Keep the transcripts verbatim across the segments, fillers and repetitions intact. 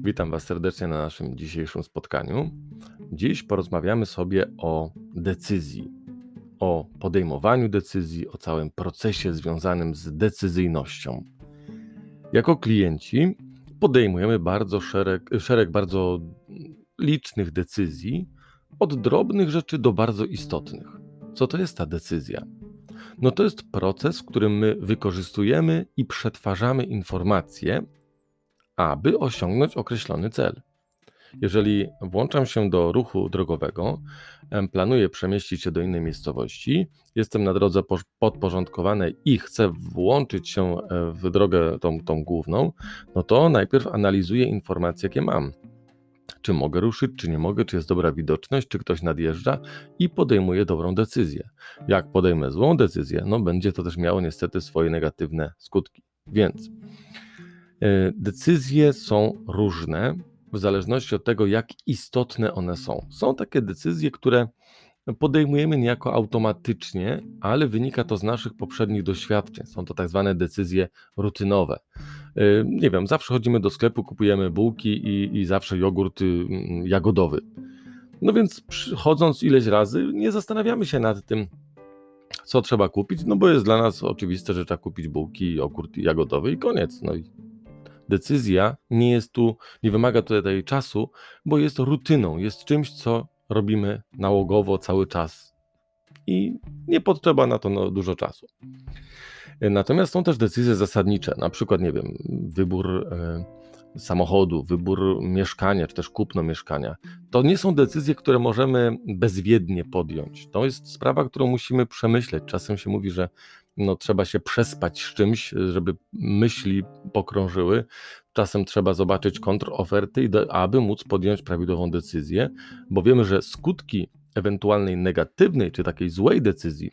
Witam Was serdecznie na naszym dzisiejszym spotkaniu. Dziś porozmawiamy sobie o decyzji, o podejmowaniu decyzji, o całym procesie związanym z decyzyjnością. Jako klienci podejmujemy bardzo szereg, szereg bardzo licznych decyzji, od drobnych rzeczy do bardzo istotnych. Co to jest ta decyzja? No to jest proces, w którym my wykorzystujemy i przetwarzamy informacje, aby osiągnąć określony cel. Jeżeli włączam się do ruchu drogowego, planuję przemieścić się do innej miejscowości, jestem na drodze podporządkowanej i chcę włączyć się w drogę tą, tą główną, no to najpierw analizuję informacje, jakie mam. Czy mogę ruszyć, czy nie mogę, czy jest dobra widoczność, czy ktoś nadjeżdża i podejmuję dobrą decyzję. Jak podejmę złą decyzję, no będzie to też miało niestety swoje negatywne skutki. Więc decyzje są różne w zależności od tego, jak istotne one są. Są takie decyzje, które podejmujemy niejako automatycznie, ale wynika to z naszych poprzednich doświadczeń. Są to tak zwane decyzje rutynowe. Nie wiem, zawsze chodzimy do sklepu, kupujemy bułki i, i zawsze jogurt jagodowy. No więc chodząc ileś razy nie zastanawiamy się nad tym, co trzeba kupić, no bo jest dla nas oczywiste, że trzeba kupić bułki, jogurt jagodowy i koniec. No i decyzja nie jest tu, nie wymaga tutaj czasu, bo jest rutyną, jest czymś, co robimy nałogowo cały czas i nie potrzeba na to no, dużo czasu. Natomiast są też decyzje zasadnicze, na przykład, nie wiem, wybór e, samochodu, wybór mieszkania, czy też kupno mieszkania. To nie są decyzje, które możemy bezwiednie podjąć. To jest sprawa, którą musimy przemyśleć. Czasem się mówi, że no, trzeba się przespać z czymś, żeby myśli pokrążyły. Czasem trzeba zobaczyć kontroferty, i do, aby móc podjąć prawidłową decyzję, bo wiemy, że skutki ewentualnej negatywnej czy takiej złej decyzji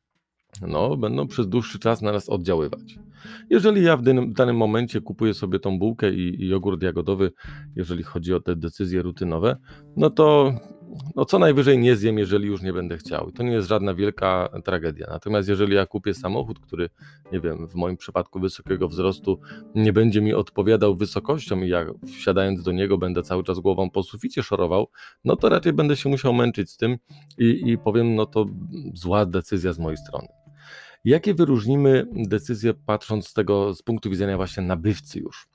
no, będą przez dłuższy czas na nas oddziaływać. Jeżeli ja w danym, w danym momencie kupuję sobie tą bułkę i, i jogurt jagodowy, jeżeli chodzi o te decyzje rutynowe, no to no co najwyżej nie zjem, jeżeli już nie będę chciał. I to nie jest żadna wielka tragedia. Natomiast jeżeli ja kupię samochód, który, nie wiem, w moim przypadku wysokiego wzrostu, nie będzie mi odpowiadał wysokością i ja wsiadając do niego będę cały czas głową po suficie szorował, no to raczej będę się musiał męczyć z tym i, i powiem, no to zła decyzja z mojej strony. Jakie wyróżnimy decyzje patrząc z tego, z punktu widzenia właśnie nabywcy już?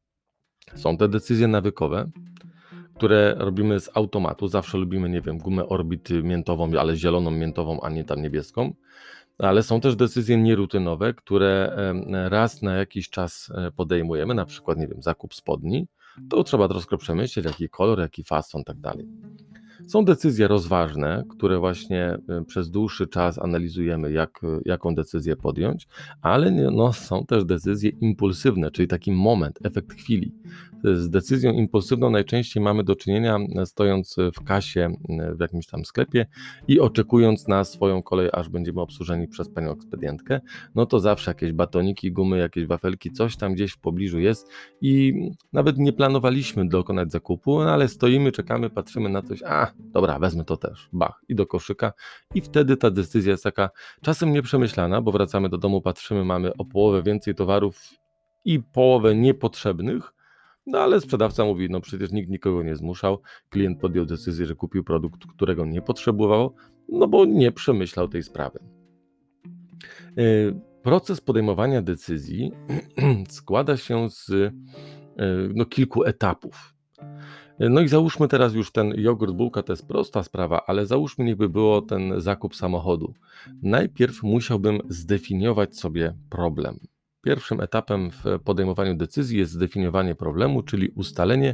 Są te decyzje nawykowe, które robimy z automatu. Zawsze lubimy, nie wiem, gumę Orbit miętową, ale zieloną miętową, a nie tam niebieską. Ale są też decyzje nierutynowe, które raz na jakiś czas podejmujemy, na przykład, nie wiem, zakup spodni. To trzeba troszkę przemyśleć, jaki kolor, jaki fason, tak dalej. Są decyzje rozważne, które właśnie przez dłuższy czas analizujemy, jak, jaką decyzję podjąć, ale no, są też decyzje impulsywne, czyli taki moment, efekt chwili. Z decyzją impulsywną najczęściej mamy do czynienia stojąc w kasie w jakimś tam sklepie i oczekując na swoją kolej, aż będziemy obsłużeni przez panią ekspedientkę, no to zawsze jakieś batoniki, gumy, jakieś wafelki, coś tam gdzieś w pobliżu jest i nawet nie planowaliśmy dokonać zakupu, no ale stoimy, czekamy, patrzymy na coś, a dobra, wezmę to też, bach, i do koszyka i wtedy ta decyzja jest taka czasem nieprzemyślana, bo wracamy do domu, patrzymy, mamy o połowę więcej towarów i połowę niepotrzebnych, no ale sprzedawca mówi, no przecież nikt nikogo nie zmuszał, klient podjął decyzję, że kupił produkt, którego nie potrzebował, no bo nie przemyślał tej sprawy. Proces podejmowania decyzji składa się z no, kilku etapów. No i załóżmy teraz już ten jogurt, bułka to jest prosta sprawa, ale załóżmy niechby było ten zakup samochodu. Najpierw musiałbym zdefiniować sobie problem. Pierwszym etapem w podejmowaniu decyzji jest zdefiniowanie problemu, czyli ustalenie,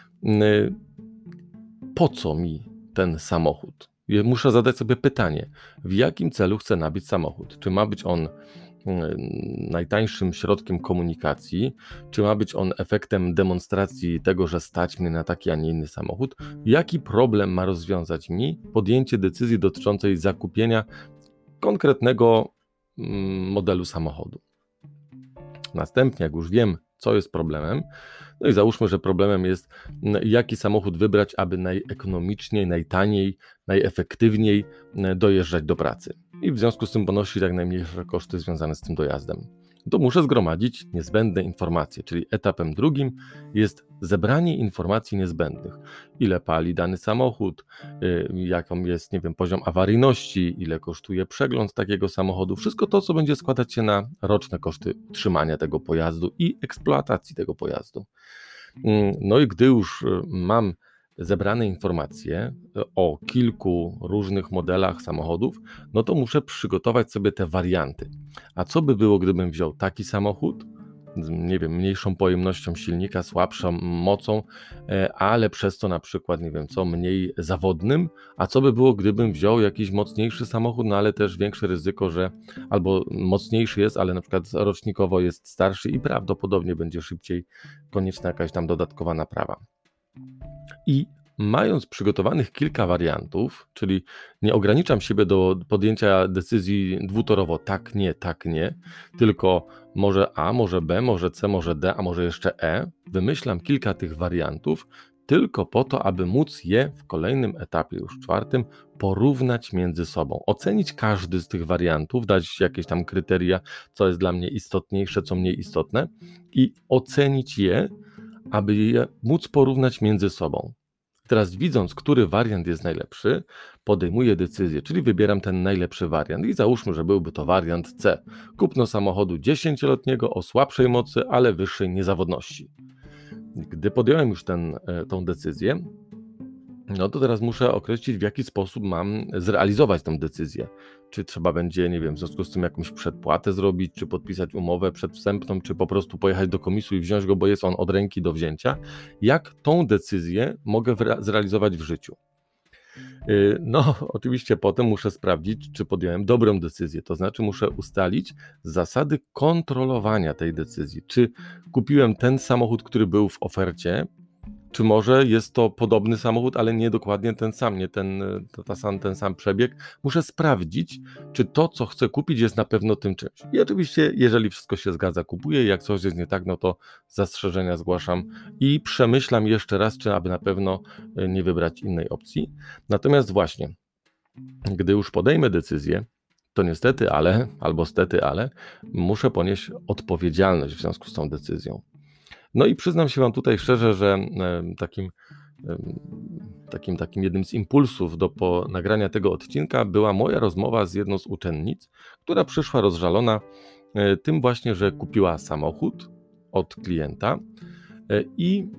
po co mi ten samochód. Muszę zadać sobie pytanie, w jakim celu chcę nabyć samochód. Czy ma być on najtańszym środkiem komunikacji, czy ma być on efektem demonstracji tego, że stać mnie na taki, a nie inny samochód? Jaki problem ma rozwiązać mi podjęcie decyzji dotyczącej zakupienia konkretnego modelu samochodu? Następnie, jak już wiem, co jest problemem, no i załóżmy, że problemem jest, jaki samochód wybrać, aby najekonomiczniej, najtaniej, najefektywniej dojeżdżać do pracy i w związku z tym ponosić jak najmniejsze koszty związane z tym dojazdem. to muszę zgromadzić niezbędne informacje, czyli etapem drugim jest zebranie informacji niezbędnych. Ile pali dany samochód, yy, jaką jest, nie wiem, poziom awaryjności, ile kosztuje przegląd takiego samochodu, wszystko to, co będzie składać się na roczne koszty utrzymania tego pojazdu i eksploatacji tego pojazdu. Yy, no i gdy już yy, mam zebrane informacje o kilku różnych modelach samochodów, no to muszę przygotować sobie te warianty. A co by było, gdybym wziął taki samochód, z, nie wiem, mniejszą pojemnością silnika, słabszą mocą, e, ale przez to na przykład, nie wiem co, mniej zawodnym, a co by było, gdybym wziął jakiś mocniejszy samochód, no ale też większe ryzyko, że albo mocniejszy jest, ale na przykład rocznikowo jest starszy i prawdopodobnie będzie szybciej konieczna jakaś tam dodatkowa naprawa. I mając przygotowanych kilka wariantów, czyli nie ograniczam siebie do podjęcia decyzji dwutorowo tak, nie, tak, nie, tylko może A, może B, może C, może D, a może jeszcze E, wymyślam kilka tych wariantów tylko po to, aby móc je w kolejnym etapie, już czwartym, porównać między sobą, ocenić każdy z tych wariantów, dać jakieś tam kryteria, co jest dla mnie istotniejsze, co mniej istotne i ocenić je, aby je móc porównać między sobą. Teraz widząc, który wariant jest najlepszy, podejmuję decyzję, czyli wybieram ten najlepszy wariant i załóżmy, że byłby to wariant C. Kupno samochodu dziesięcioletniego o słabszej mocy, ale wyższej niezawodności. Gdy podjąłem już ten, tą decyzję, no to teraz muszę określić, w jaki sposób mam zrealizować tę decyzję. Czy trzeba będzie, nie wiem, w związku z tym jakąś przedpłatę zrobić, czy podpisać umowę przedwstępną, czy po prostu pojechać do komisu i wziąć go, bo jest on od ręki do wzięcia. Jak tą decyzję mogę zrealizować w życiu? No, oczywiście potem muszę sprawdzić, czy podjąłem dobrą decyzję, to znaczy muszę ustalić zasady kontrolowania tej decyzji. Czy kupiłem ten samochód, który był w ofercie, czy może jest to podobny samochód, ale nie dokładnie ten sam, nie ten, ta sam, ten sam przebieg. Muszę sprawdzić, czy to, co chcę kupić, jest na pewno tym czymś. I oczywiście, jeżeli wszystko się zgadza, kupuję. Jak coś jest nie tak, no to zastrzeżenia zgłaszam i przemyślam jeszcze raz, czy aby na pewno nie wybrać innej opcji. Natomiast właśnie, gdy już podejmę decyzję, to niestety, ale, albo stety, ale muszę ponieść odpowiedzialność w związku z tą decyzją. No i przyznam się Wam tutaj szczerze, że takim, takim, takim jednym z impulsów do po nagrania tego odcinka była moja rozmowa z jedną z uczennic, która przyszła rozżalona tym właśnie, że kupiła samochód od klienta i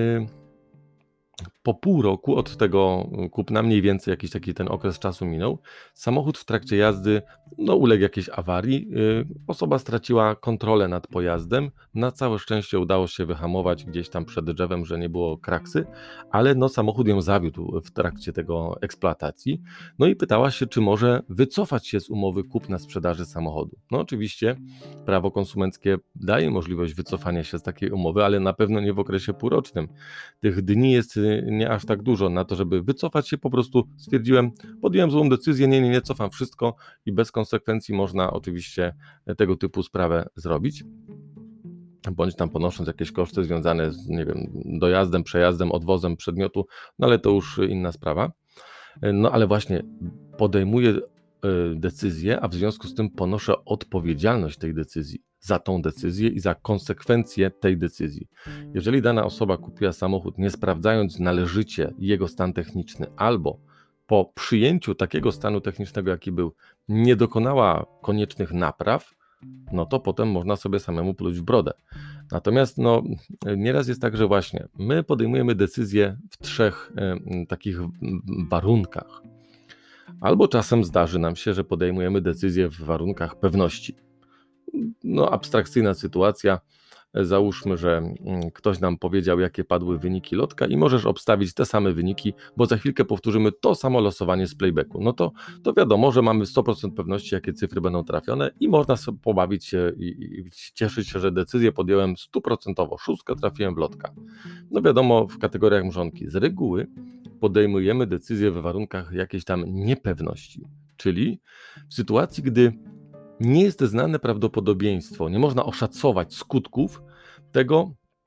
po pół roku od tego kupna, mniej więcej jakiś taki ten okres czasu minął, samochód w trakcie jazdy no, uległ jakiejś awarii, yy, osoba straciła kontrolę nad pojazdem, na całe szczęście udało się wyhamować gdzieś tam przed drzewem, że nie było kraksy, ale no, samochód ją zawiódł w trakcie tego eksploatacji, no i pytała się, czy może wycofać się z umowy kupna-sprzedaży samochodu. No oczywiście prawo konsumenckie daje możliwość wycofania się z takiej umowy, ale na pewno nie w okresie półrocznym. Tych dni jest nie aż tak dużo na to, żeby wycofać się, po prostu stwierdziłem, podjąłem złą decyzję, nie, nie, nie, cofam wszystko i bez konsekwencji można oczywiście tego typu sprawę zrobić, bądź tam ponosząc jakieś koszty związane z, nie wiem, dojazdem, przejazdem, odwozem przedmiotu, no ale to już inna sprawa. No ale właśnie podejmuję decyzję, a w związku z tym ponoszę odpowiedzialność tej decyzji, za tą decyzję i za konsekwencje tej decyzji. Jeżeli dana osoba kupiła samochód, nie sprawdzając należycie jego stan techniczny, albo po przyjęciu takiego stanu technicznego, jaki był, nie dokonała koniecznych napraw, no to potem można sobie samemu pluć w brodę. Natomiast no, nieraz jest tak, że właśnie my podejmujemy decyzje w trzech y, takich warunkach. Albo czasem zdarzy nam się, że podejmujemy decyzje w warunkach pewności. No, abstrakcyjna sytuacja. Załóżmy, że ktoś nam powiedział, jakie padły wyniki lotka i możesz obstawić te same wyniki, bo za chwilkę powtórzymy to samo losowanie z playbacku. No to, to wiadomo, że mamy sto procent pewności, jakie cyfry będą trafione i można sobie pobawić się i, i cieszyć się, że decyzję podjąłem stu procent, szóstkę trafiłem w lotka. No wiadomo, w kategoriach mrzonki. Z reguły podejmujemy decyzje w warunkach jakiejś tam niepewności, czyli w sytuacji, gdy nie jest znane prawdopodobieństwo, nie można oszacować skutków tego,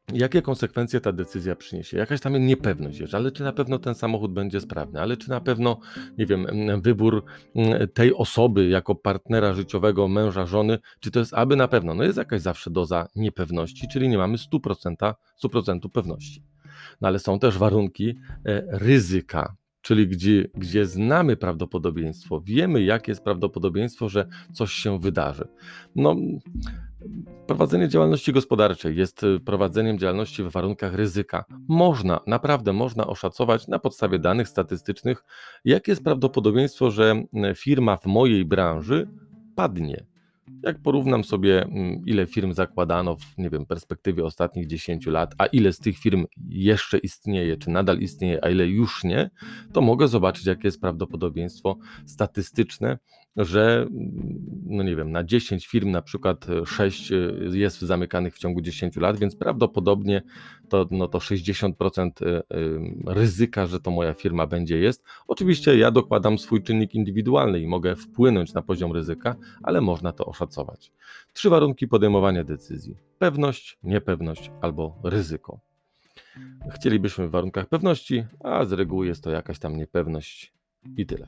Jakie konsekwencje ta decyzja przyniesie? Jakaś tam niepewność jest, ale czy na pewno ten samochód będzie sprawny, ale czy na pewno, nie wiem, wybór tej osoby jako partnera życiowego, męża, żony, czy to jest aby na pewno? No jest jakaś zawsze doza niepewności, czyli nie mamy stu procentów, stu procentów pewności. No ale są też warunki ryzyka, czyli gdzie, gdzie znamy prawdopodobieństwo, wiemy jakie jest prawdopodobieństwo, że coś się wydarzy. No, prowadzenie działalności gospodarczej jest prowadzeniem działalności w warunkach ryzyka. Można, naprawdę można oszacować na podstawie danych statystycznych, jakie jest prawdopodobieństwo, że firma w mojej branży padnie. Jak porównam sobie, ile firm zakładano w, nie wiem, perspektywie ostatnich dziesięciu lat, a ile z tych firm jeszcze istnieje, czy nadal istnieje, a ile już nie, to mogę zobaczyć, jakie jest prawdopodobieństwo statystyczne, że, no nie wiem, na dziesięć firm na przykład sześć jest zamykanych w ciągu dziesięciu lat, więc prawdopodobnie to, no to sześćdziesiąt procent ryzyka, że to moja firma będzie jest. Oczywiście ja dokładam swój czynnik indywidualny i mogę wpłynąć na poziom ryzyka, ale można to oszacować. Trzy warunki podejmowania decyzji: pewność, niepewność albo ryzyko. Chcielibyśmy w warunkach pewności, a z reguły jest to jakaś tam niepewność i tyle.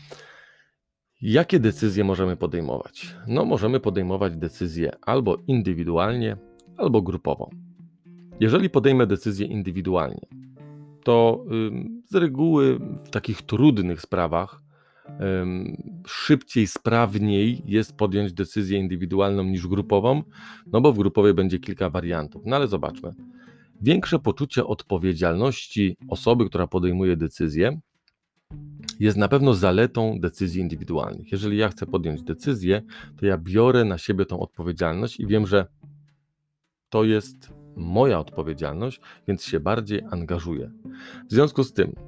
Jakie decyzje możemy podejmować? No, możemy podejmować decyzje albo indywidualnie, albo grupowo. Jeżeli podejmę decyzję indywidualnie, to ym, z reguły w takich trudnych sprawach ym, szybciej, sprawniej jest podjąć decyzję indywidualną niż grupową, no bo w grupowej będzie kilka wariantów. No ale zobaczmy. Większe poczucie odpowiedzialności osoby, która podejmuje decyzję, jest na pewno zaletą decyzji indywidualnych. Jeżeli ja chcę podjąć decyzję, to ja biorę na siebie tą odpowiedzialność i wiem, że to jest moja odpowiedzialność, więc się bardziej angażuję. W związku z tym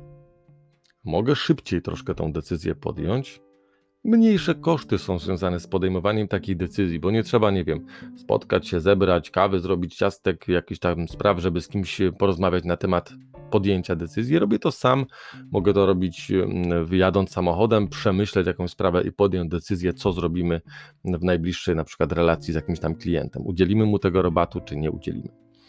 mogę szybciej troszkę tą decyzję podjąć. Mniejsze koszty są związane z podejmowaniem takiej decyzji, bo nie trzeba, nie wiem, spotkać się, zebrać kawy, zrobić ciastek, jakichś tam spraw, żeby z kimś porozmawiać na temat podjęcia decyzji. Robię to sam, mogę to robić jadąc samochodem, przemyśleć jakąś sprawę i podjąć decyzję, co zrobimy w najbliższej na przykład relacji z jakimś tam klientem. Udzielimy mu tego rabatu, czy nie udzielimy.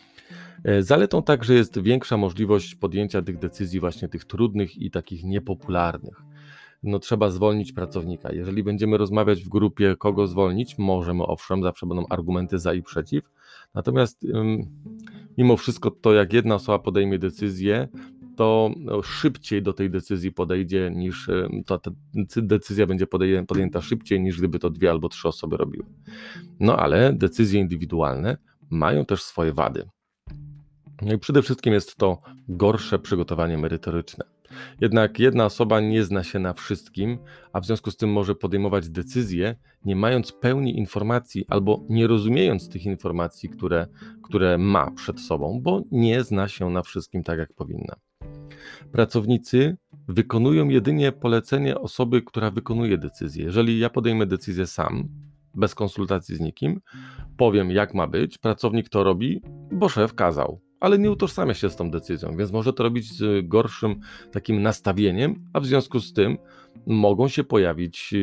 Zaletą także jest większa możliwość podjęcia tych decyzji właśnie tych trudnych i takich niepopularnych. No trzeba zwolnić pracownika. Jeżeli będziemy rozmawiać w grupie, kogo zwolnić, możemy, owszem, zawsze będą argumenty za i przeciw. Natomiast ym, mimo wszystko to, jak jedna osoba podejmie decyzję, to szybciej do tej decyzji podejdzie niż, to ta decyzja będzie podjęta szybciej niż gdyby to dwie albo trzy osoby robiły. No ale decyzje indywidualne mają też swoje wady. No i przede wszystkim jest to gorsze przygotowanie merytoryczne. Jednak jedna osoba nie zna się na wszystkim, a w związku z tym może podejmować decyzje, nie mając pełni informacji albo nie rozumiejąc tych informacji, które, które ma przed sobą, bo nie zna się na wszystkim tak, jak powinna. Pracownicy wykonują jedynie polecenie osoby, która wykonuje decyzję. Jeżeli ja podejmę decyzję sam, bez konsultacji z nikim, powiem, jak ma być, pracownik to robi, bo szef kazał, ale nie utożsamia się z tą decyzją, więc może to robić z gorszym takim nastawieniem, a w związku z tym mogą się pojawić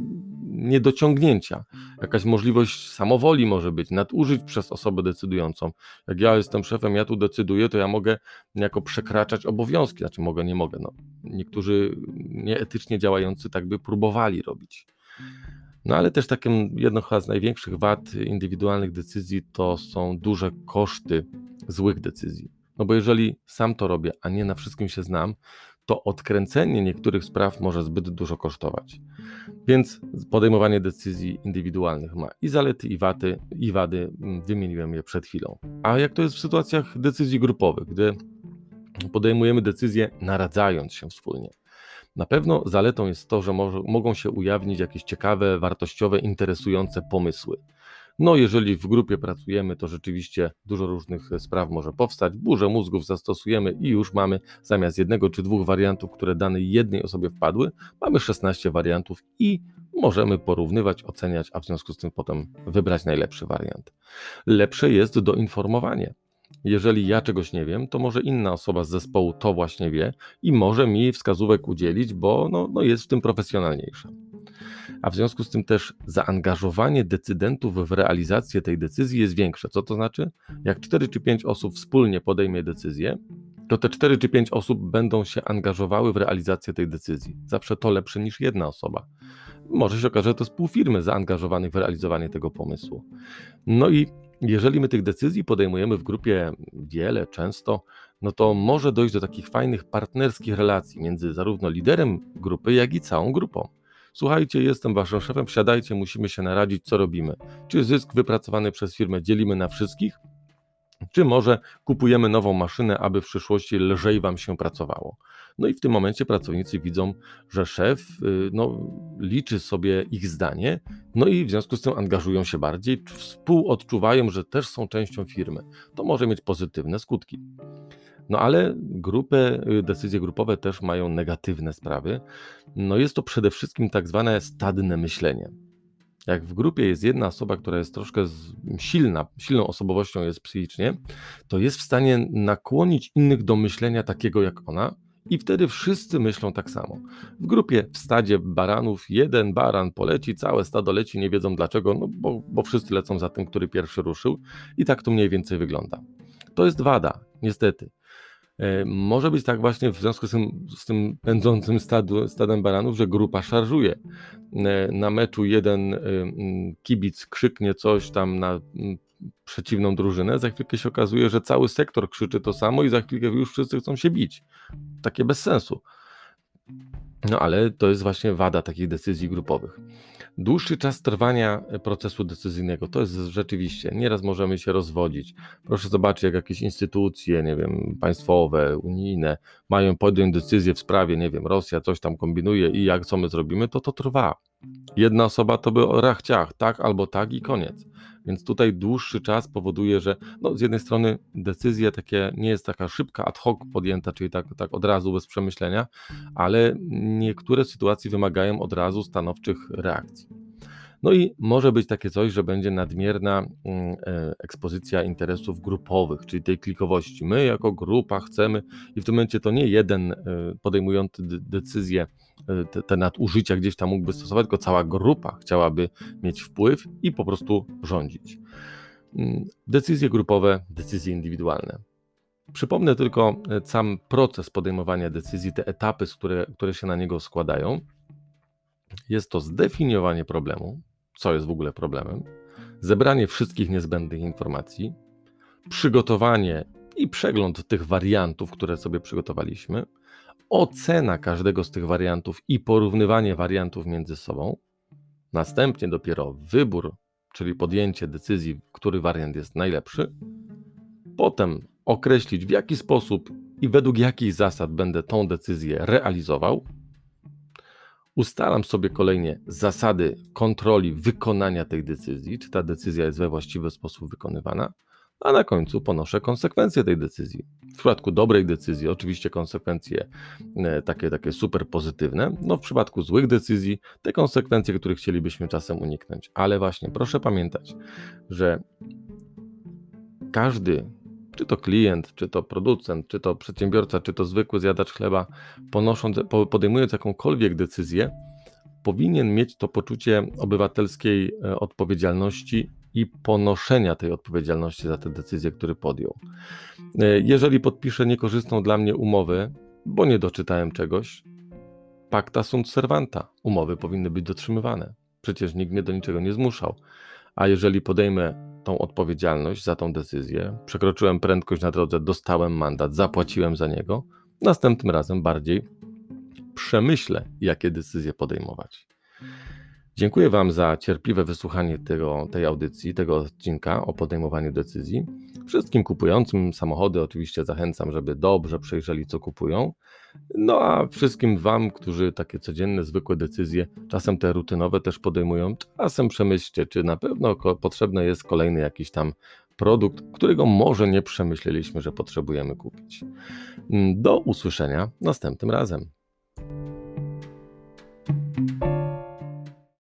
niedociągnięcia. Jakaś możliwość samowoli może być, nadużyć przez osobę decydującą. Jak ja jestem szefem, ja tu decyduję, to ja mogę niejako przekraczać obowiązki, znaczy mogę, nie mogę. No. Niektórzy nieetycznie działający tak by próbowali robić. No ale też takim jedną chyba z największych wad indywidualnych decyzji to są duże koszty złych decyzji. No bo jeżeli sam to robię, a nie na wszystkim się znam, to odkręcenie niektórych spraw może zbyt dużo kosztować. Więc podejmowanie decyzji indywidualnych ma i zalety, i wady, i wady, wymieniłem je przed chwilą. A jak to jest w sytuacjach decyzji grupowych, gdy podejmujemy decyzje naradzając się wspólnie? Na pewno zaletą jest to, że może, mogą się ujawnić jakieś ciekawe, wartościowe, interesujące pomysły. No jeżeli w grupie pracujemy, to rzeczywiście dużo różnych spraw może powstać, burzę mózgów zastosujemy i już mamy zamiast jednego czy dwóch wariantów, które danej jednej osobie wpadły, mamy szesnaście wariantów i możemy porównywać, oceniać, a w związku z tym potem wybrać najlepszy wariant. Lepsze jest doinformowanie. Jeżeli ja czegoś nie wiem, to może inna osoba z zespołu to właśnie wie i może mi wskazówek udzielić, bo no, no jest w tym profesjonalniejsza. A w związku z tym też zaangażowanie decydentów w realizację tej decyzji jest większe. Co to znaczy? Jak cztery czy pięć osób wspólnie podejmie decyzję, to te cztery czy pięć osób będą się angażowały w realizację tej decyzji. Zawsze to lepsze niż jedna osoba. Może się okaże, że to jest pół firmy zaangażowanych w realizowanie tego pomysłu. No i jeżeli my tych decyzji podejmujemy w grupie wiele, często, no to może dojść do takich fajnych partnerskich relacji między zarówno liderem grupy, jak i całą grupą. Słuchajcie, jestem waszym szefem, wsiadajcie, musimy się naradzić, co robimy. Czy zysk wypracowany przez firmę dzielimy na wszystkich? Czy może kupujemy nową maszynę, aby w przyszłości lżej wam się pracowało? No i w tym momencie pracownicy widzą, że szef no, liczy sobie ich zdanie, no i w związku z tym angażują się bardziej, współodczuwają, że też są częścią firmy. To może mieć pozytywne skutki. No ale grupy, decyzje grupowe też mają negatywne sprawy. No jest to przede wszystkim tak zwane stadne myślenie. Jak w grupie jest jedna osoba, która jest troszkę silna, silną osobowością jest psychicznie, to jest w stanie nakłonić innych do myślenia takiego jak ona i wtedy wszyscy myślą tak samo. W grupie, w stadzie baranów, jeden baran poleci, całe stado leci, nie wiedzą dlaczego, no bo, bo wszyscy lecą za tym, który pierwszy ruszył i tak to mniej więcej wygląda. To jest wada, niestety. Może być tak właśnie w związku z tym, z tym pędzącym stadu, stadem baranów, że grupa szarżuje. Na meczu jeden kibic krzyknie coś tam na przeciwną drużynę, za chwilkę się okazuje, że cały sektor krzyczy to samo i za chwilkę już wszyscy chcą się bić. Takie bez sensu. No ale to jest właśnie wada takich decyzji grupowych. Dłuższy czas trwania procesu decyzyjnego, to jest rzeczywiście, nieraz możemy się rozwodzić. Proszę zobaczyć, jak jakieś instytucje, nie wiem, państwowe, unijne mają podjąć decyzję w sprawie, nie wiem, Rosja coś tam kombinuje i jak co my zrobimy, to to trwa. Jedna osoba to by o rachciach, tak albo tak i koniec. Więc tutaj dłuższy czas powoduje, że no, z jednej strony decyzja takie nie jest taka szybka, ad hoc podjęta, czyli tak, tak od razu bez przemyślenia, ale niektóre sytuacje wymagają od razu stanowczych reakcji. No i może być takie coś, że będzie nadmierna ekspozycja interesów grupowych, czyli tej klikowości. My jako grupa chcemy i w tym momencie to nie jeden podejmujący decyzję, te, te nadużycia gdzieś tam mógłby stosować, tylko cała grupa chciałaby mieć wpływ i po prostu rządzić. Decyzje grupowe, decyzje indywidualne. Przypomnę tylko sam proces podejmowania decyzji, te etapy, które, które się na niego składają. Jest to zdefiniowanie problemu, co jest w ogóle problemem, zebranie wszystkich niezbędnych informacji, przygotowanie i przegląd tych wariantów, które sobie przygotowaliśmy, ocena każdego z tych wariantów i porównywanie wariantów między sobą, następnie dopiero wybór, czyli podjęcie decyzji, który wariant jest najlepszy, potem określić, w jaki sposób i według jakich zasad będę tą decyzję realizował. Ustalam sobie kolejnie zasady kontroli wykonania tej decyzji, czy ta decyzja jest we właściwy sposób wykonywana, a na końcu ponoszę konsekwencje tej decyzji. W przypadku dobrej decyzji oczywiście konsekwencje takie, takie super pozytywne, no w przypadku złych decyzji te konsekwencje, których chcielibyśmy czasem uniknąć. Ale właśnie proszę pamiętać, że każdy, czy to klient, czy to producent, czy to przedsiębiorca, czy to zwykły zjadacz chleba, ponosząc, podejmując jakąkolwiek decyzję, powinien mieć to poczucie obywatelskiej odpowiedzialności i ponoszenia tej odpowiedzialności za te decyzje, które podjął. Jeżeli podpiszę niekorzystną dla mnie umowę, bo nie doczytałem czegoś, pacta sunt servanta, umowy powinny być dotrzymywane. Przecież nikt mnie do niczego nie zmuszał. A jeżeli podejmę tą odpowiedzialność za tą decyzję, przekroczyłem prędkość na drodze, dostałem mandat, zapłaciłem za niego, następnym razem bardziej przemyślę, jakie decyzje podejmować. Dziękuję Wam za cierpliwe wysłuchanie tego, tej audycji, tego odcinka o podejmowaniu decyzji. Wszystkim kupującym samochody oczywiście zachęcam, żeby dobrze przejrzeli, co kupują. No a wszystkim Wam, którzy takie codzienne, zwykłe decyzje, czasem te rutynowe też podejmują, czasem przemyślcie, czy na pewno potrzebny jest kolejny jakiś tam produkt, którego może nie przemyśleliśmy, że potrzebujemy kupić. Do usłyszenia następnym razem.